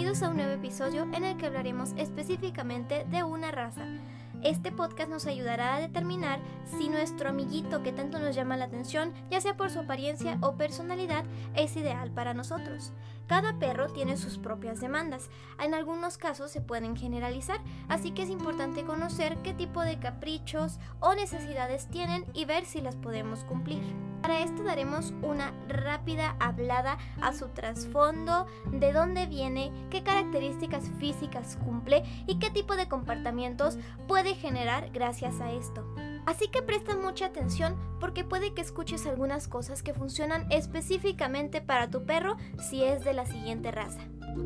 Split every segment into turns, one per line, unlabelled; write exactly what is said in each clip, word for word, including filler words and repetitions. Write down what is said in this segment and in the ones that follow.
Bienvenidos a un nuevo episodio en el que hablaremos específicamente de una raza. Este podcast nos ayudará a determinar si nuestro amiguito que tanto nos llama la atención, ya sea por su apariencia o personalidad, es ideal para nosotros. Cada perro tiene sus propias demandas. En algunos casos se pueden generalizar, así que es importante conocer qué tipo de caprichos o necesidades tienen y ver si las podemos cumplir. Para esto daremos una rápida hablada a su trasfondo, de dónde viene, qué características físicas cumple y qué tipo de comportamientos puede generar gracias a esto. Así que presta mucha atención porque puede que escuches algunas cosas que funcionan específicamente para tu perro si es de la siguiente raza.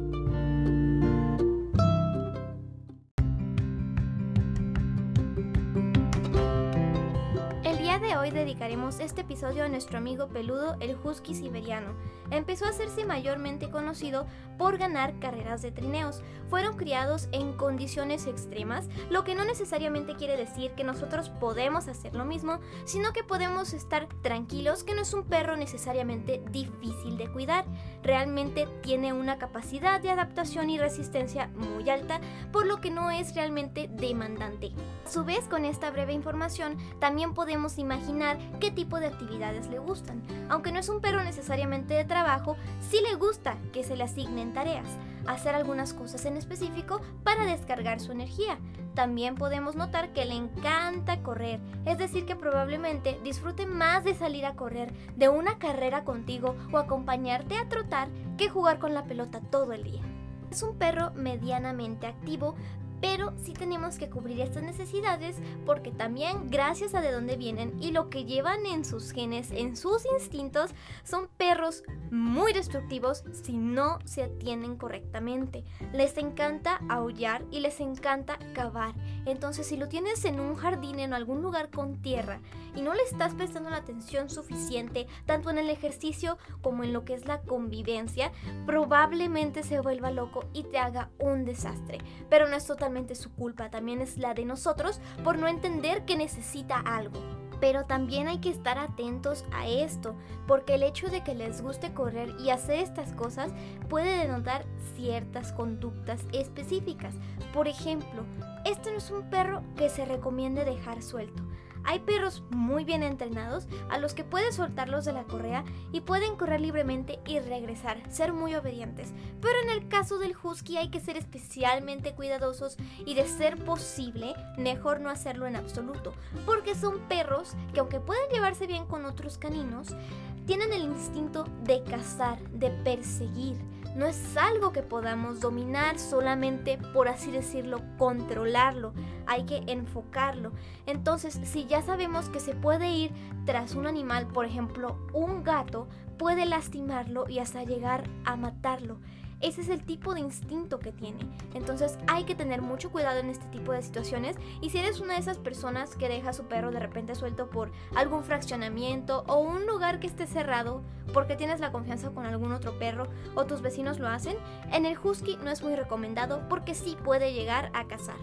El día de hoy dedicaremos este episodio a nuestro amigo peludo, el husky siberiano. Empezó a hacerse mayormente conocido por ganar carreras de trineos. Fueron criados en condiciones extremas, lo que no necesariamente quiere decir que nosotros podemos hacer lo mismo, sino que podemos estar tranquilos que no es un perro necesariamente difícil de cuidar. Realmente tiene una capacidad de adaptación y resistencia muy alta, por lo que no es realmente demandante. A su vez, con esta breve información, también podemos imaginar qué tipo de actividades le gustan. Aunque no es un perro necesariamente de trabajo, sí le gusta que se le asignen tareas, hacer algunas cosas en específico para descargar su energía. También podemos notar que le encanta correr, es decir que probablemente disfrute más de salir a correr de una carrera contigo o acompañarte a trotar que jugar con la pelota todo el día. Es un perro medianamente activo, pero sí tenemos que cubrir estas necesidades porque también gracias a de dónde vienen y lo que llevan en sus genes, en sus instintos, son perros muy destructivos si no se atienden correctamente. Les encanta aullar y les encanta cavar. Entonces, si lo tienes en un jardín, en algún lugar con tierra y no le estás prestando la atención suficiente, tanto en el ejercicio como en lo que es la convivencia, probablemente se vuelva loco y te haga un desastre. Pero no es totalmente su culpa, también es la de nosotros por no entender que necesita algo. Pero también hay que estar atentos a esto, porque el hecho de que les guste correr y hacer estas cosas puede denotar ciertas conductas específicas. Por ejemplo, este no es un perro que se recomiende dejar suelto. Hay perros muy bien entrenados a los que puedes soltarlos de la correa y pueden correr libremente y regresar, ser muy obedientes. Pero en el caso del husky hay que ser especialmente cuidadosos y, de ser posible, mejor no hacerlo en absoluto, porque son perros que, aunque pueden llevarse bien con otros caninos, tienen el instinto de cazar, de perseguir. No es algo que podamos dominar solamente, por así decirlo, controlarlo. Hay que enfocarlo. Entonces, si ya sabemos que se puede ir tras un animal, por ejemplo, un gato, puede lastimarlo y hasta llegar a matarlo. Ese es el tipo de instinto que tiene. Entonces hay que tener mucho cuidado en este tipo de situaciones. Y si eres una de esas personas que deja a su perro de repente suelto por algún fraccionamiento o un lugar que esté cerrado porque tienes la confianza con algún otro perro o tus vecinos lo hacen, en el husky no es muy recomendado porque sí puede llegar a cazar.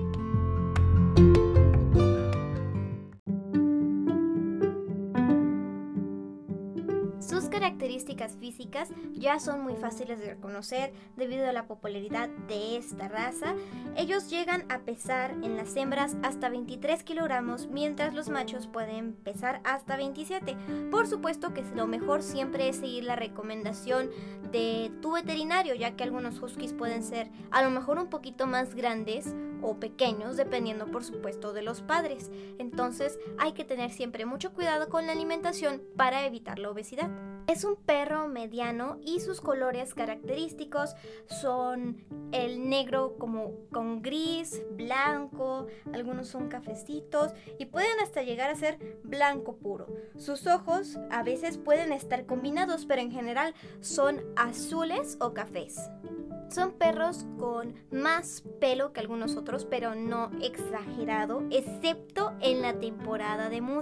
Sus características físicas ya son muy fáciles de reconocer debido a la popularidad de esta raza. Ellos llegan a pesar en las hembras hasta veintitrés kilogramos, mientras los machos pueden pesar hasta veintisiete. Por supuesto que lo mejor siempre es seguir la recomendación de tu veterinario, ya que algunos huskies pueden ser a lo mejor un poquito más grandes o pequeños, dependiendo por supuesto de los padres. Entonces hay que tener siempre mucho cuidado con la alimentación para evitar la obesidad. Es un perro mediano y sus colores característicos son el negro como con gris, blanco, algunos son cafecitos y pueden hasta llegar a ser blanco puro. Sus ojos a veces pueden estar combinados, pero en general son azules o cafés. Son perros con más pelo que algunos otros, pero no exagerado, excepto en la temporada de muda.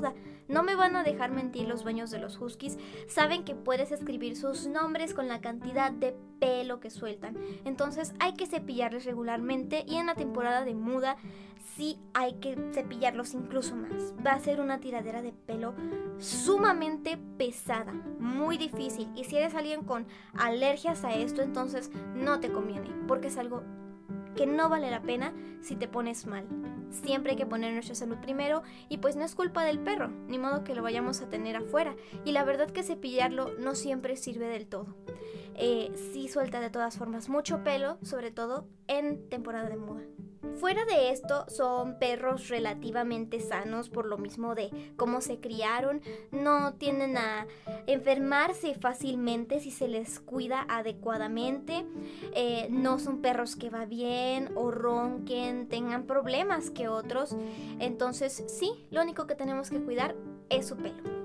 No me van a dejar mentir los dueños de los huskies, saben que puedes escribir sus nombres con la cantidad de pelo que sueltan. Entonces hay que cepillarles regularmente y en la temporada de muda sí hay que cepillarlos incluso más. Va a ser una tiradera de pelo sumamente pesada, muy difícil, y si eres alguien con alergias a esto, entonces no te conviene, porque es algo que no vale la pena si te pones mal. Siempre hay que poner nuestra salud primero y pues no es culpa del perro, ni modo que lo vayamos a tener afuera, y la verdad que cepillarlo no siempre sirve del todo. Eh, sí suelta de todas formas mucho pelo, sobre todo en temporada de muda. Fuera de esto, son perros relativamente sanos por lo mismo de cómo se criaron. No tienden a enfermarse fácilmente si se les cuida adecuadamente. Eh, no son perros que va bien o ronquen, tengan problemas que otros. Entonces, sí, lo único que tenemos que cuidar es su pelo.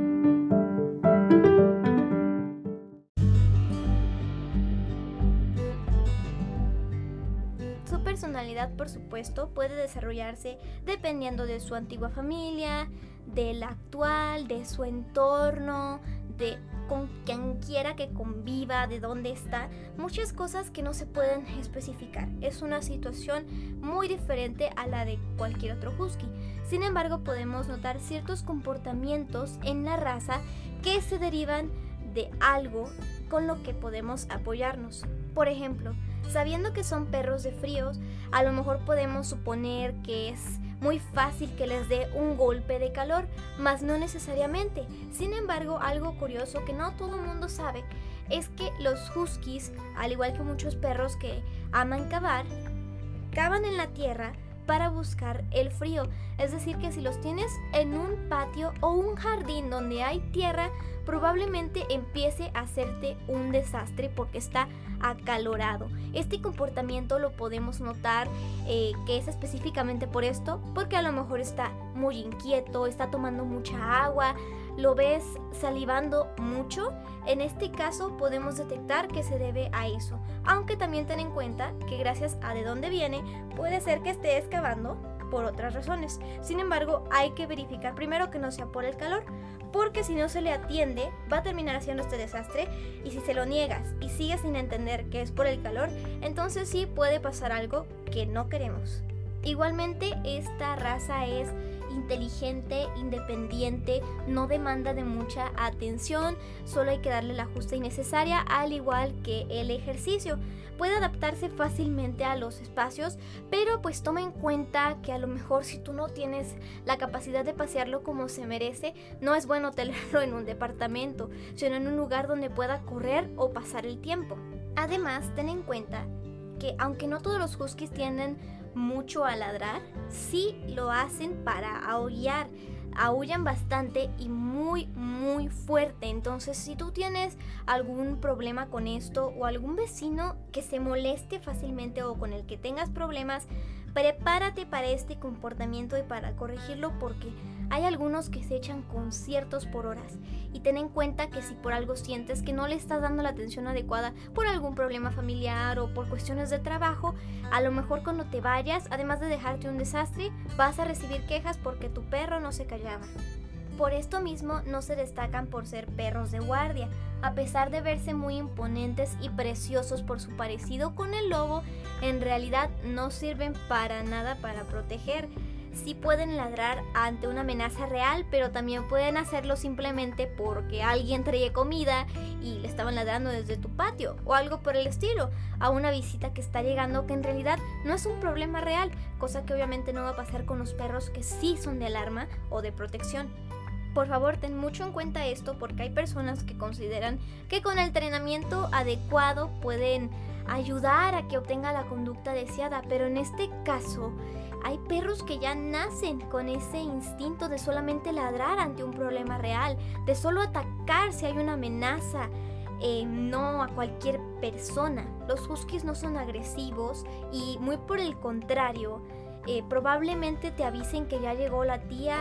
Su personalidad, por supuesto, puede desarrollarse dependiendo de su antigua familia, de la actual, de su entorno, de con quien quiera que conviva, de dónde está. Muchas cosas que no se pueden especificar. Es una situación muy diferente a la de cualquier otro husky. Sin embargo, podemos notar ciertos comportamientos en la raza que se derivan de algo con lo que podemos apoyarnos. Por ejemplo, sabiendo que son perros de fríos, a lo mejor podemos suponer que es muy fácil que les dé un golpe de calor, mas no necesariamente. Sin embargo, algo curioso que no todo el mundo sabe es que los huskies, al igual que muchos perros que aman cavar, cavan en la tierra para buscar el frío. Es decir, que si los tienes en un patio o un jardín donde hay tierra, probablemente empiece a hacerte un desastre porque está acalorado. Este comportamiento lo podemos notar eh, que es específicamente por esto, porque a lo mejor está muy inquieto, está tomando mucha agua, lo ves salivando mucho. En este caso podemos detectar que se debe a eso, aunque también ten en cuenta que gracias a de dónde viene, puede ser que esté excavando por otras razones. Sin embargo, hay que verificar primero que no sea por el calor, porque si no se le atiende, va a terminar haciendo este desastre, y si se lo niegas y sigues sin entender que es por el calor, entonces sí puede pasar algo que no queremos. Igualmente, esta raza es inteligente, independiente, no demanda de mucha atención, solo hay que darle la justa y necesaria, al igual que el ejercicio. Puede adaptarse fácilmente a los espacios, pero pues toma en cuenta que a lo mejor si tú no tienes la capacidad de pasearlo como se merece, no es bueno tenerlo en un departamento, sino en un lugar donde pueda correr o pasar el tiempo. Además, ten en cuenta que aunque no todos los huskies tienden mucho a ladrar, sí lo hacen para aullar. Aullan bastante y muy muy fuerte. Entonces, si tú tienes algún problema con esto o algún vecino que se moleste fácilmente o con el que tengas problemas, prepárate para este comportamiento y para corregirlo, porque hay algunos que se echan conciertos por horas. Y ten en cuenta que si por algo sientes que no le estás dando la atención adecuada por algún problema familiar o por cuestiones de trabajo, a lo mejor cuando te vayas, además de dejarte un desastre, vas a recibir quejas porque tu perro no se callaba. Por esto mismo no se destacan por ser perros de guardia. A pesar de verse muy imponentes y preciosos por su parecido con el lobo, en realidad no sirven para nada para proteger. Sí pueden ladrar ante una amenaza real, pero también pueden hacerlo simplemente porque alguien traía comida y le estaban ladrando desde tu patio o algo por el estilo, a una visita que está llegando, que en realidad no es un problema real, cosa que obviamente no va a pasar con los perros que sí son de alarma o de protección. Por favor, ten mucho en cuenta esto, porque hay personas que consideran que con el entrenamiento adecuado pueden ayudar a que obtenga la conducta deseada, pero en este caso hay perros que ya nacen con ese instinto de solamente ladrar ante un problema real, de solo atacar si hay una amenaza, eh, no a cualquier persona. Los huskies no son agresivos y muy por el contrario, eh, probablemente te avisen que ya llegó la tía,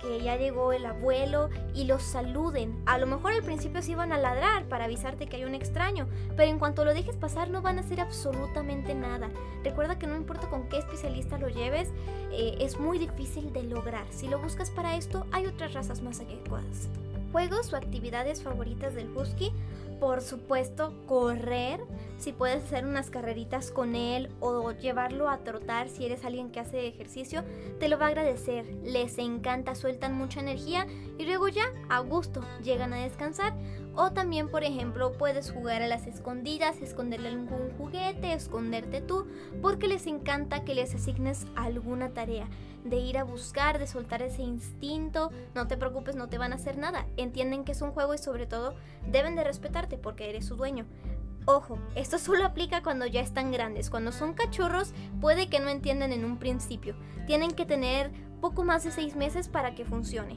que ya llegó el abuelo y los saluden. A lo mejor al principio sí van a ladrar para avisarte que hay un extraño, pero en cuanto lo dejes pasar no van a hacer absolutamente nada. Recuerda que no importa con qué especialista lo lleves, eh, es muy difícil de lograr. Si lo buscas para esto, hay otras razas más adecuadas. ¿Juegos o actividades favoritas del husky? Por supuesto, correr, si puedes hacer unas carreritas con él o llevarlo a trotar si eres alguien que hace ejercicio, te lo va a agradecer. Les encanta, sueltan mucha energía y luego ya, a gusto, llegan a descansar. O también, por ejemplo, puedes jugar a las escondidas, esconderle algún juguete, esconderte tú, porque les encanta que les asignes alguna tarea, de ir a buscar, de soltar ese instinto. No te preocupes, no te van a hacer nada. Entienden que es un juego y sobre todo deben de respetarte porque eres su dueño. Ojo, esto solo aplica cuando ya están grandes. Cuando son cachorros puede que no entiendan en un principio. Tienen que tener poco más de seis meses para que funcione.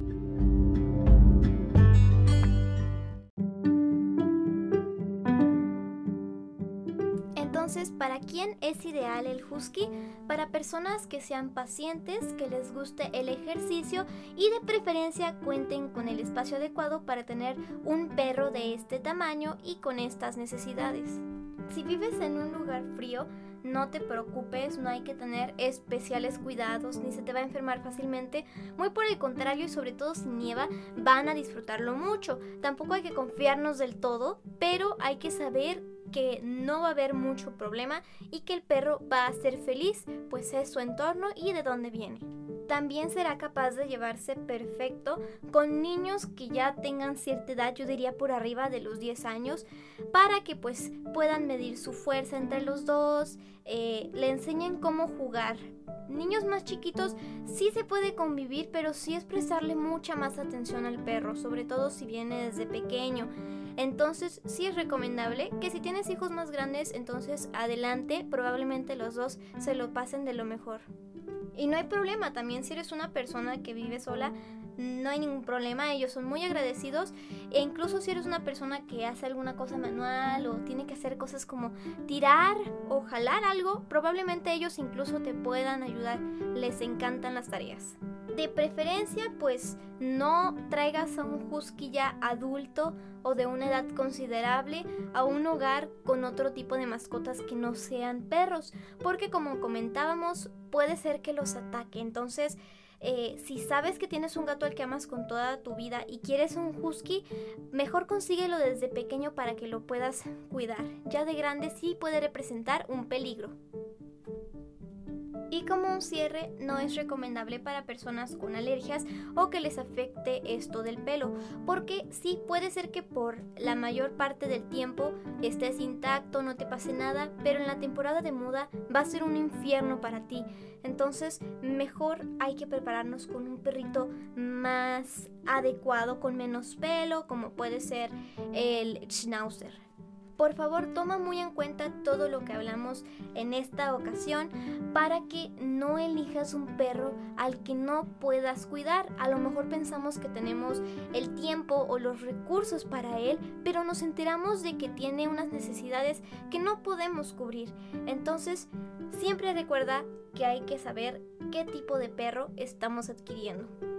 Entonces, ¿para quién es ideal el husky? Para personas que sean pacientes, que les guste el ejercicio y de preferencia cuenten con el espacio adecuado para tener un perro de este tamaño y con estas necesidades. Si vives en un lugar frío, no te preocupes, no hay que tener especiales cuidados ni se te va a enfermar fácilmente. Muy por el contrario, y sobre todo si nieva, van a disfrutarlo mucho. Tampoco hay que confiarnos del todo, pero hay que saber que no va a haber mucho problema y que el perro va a ser feliz, pues es su entorno y de dónde viene. También será capaz de llevarse perfecto con niños que ya tengan cierta edad, yo diría por arriba de los diez años, para que pues puedan medir su fuerza entre los dos, eh, le enseñen cómo jugar. Niños más chiquitos sí se puede convivir, pero sí es prestarle mucha más atención al perro, sobre todo si viene desde pequeño. Entonces sí es recomendable que si tienes hijos más grandes, entonces adelante, probablemente los dos se lo pasen de lo mejor. Y no hay problema, también si eres una persona que vive sola, no hay ningún problema, ellos son muy agradecidos. E incluso si eres una persona que hace alguna cosa manual o tiene que hacer cosas como tirar o jalar algo, probablemente ellos incluso te puedan ayudar, les encantan las tareas. De preferencia, pues no traigas a un husky ya adulto o de una edad considerable a un hogar con otro tipo de mascotas que no sean perros, porque como comentábamos, puede ser que los ataque. Entonces, eh, si sabes que tienes un gato al que amas con toda tu vida y quieres un husky, mejor consíguelo desde pequeño para que lo puedas cuidar. Ya de grande sí puede representar un peligro. Y como un cierre, no es recomendable para personas con alergias o que les afecte esto del pelo, porque sí puede ser que por la mayor parte del tiempo estés intacto, no te pase nada, pero en la temporada de muda va a ser un infierno para ti. Entonces mejor hay que prepararnos con un perrito más adecuado, con menos pelo, como puede ser el Schnauzer. Por favor, toma muy en cuenta todo lo que hablamos en esta ocasión para que no elijas un perro al que no puedas cuidar. A lo mejor pensamos que tenemos el tiempo o los recursos para él, pero nos enteramos de que tiene unas necesidades que no podemos cubrir. Entonces, siempre recuerda que hay que saber qué tipo de perro estamos adquiriendo.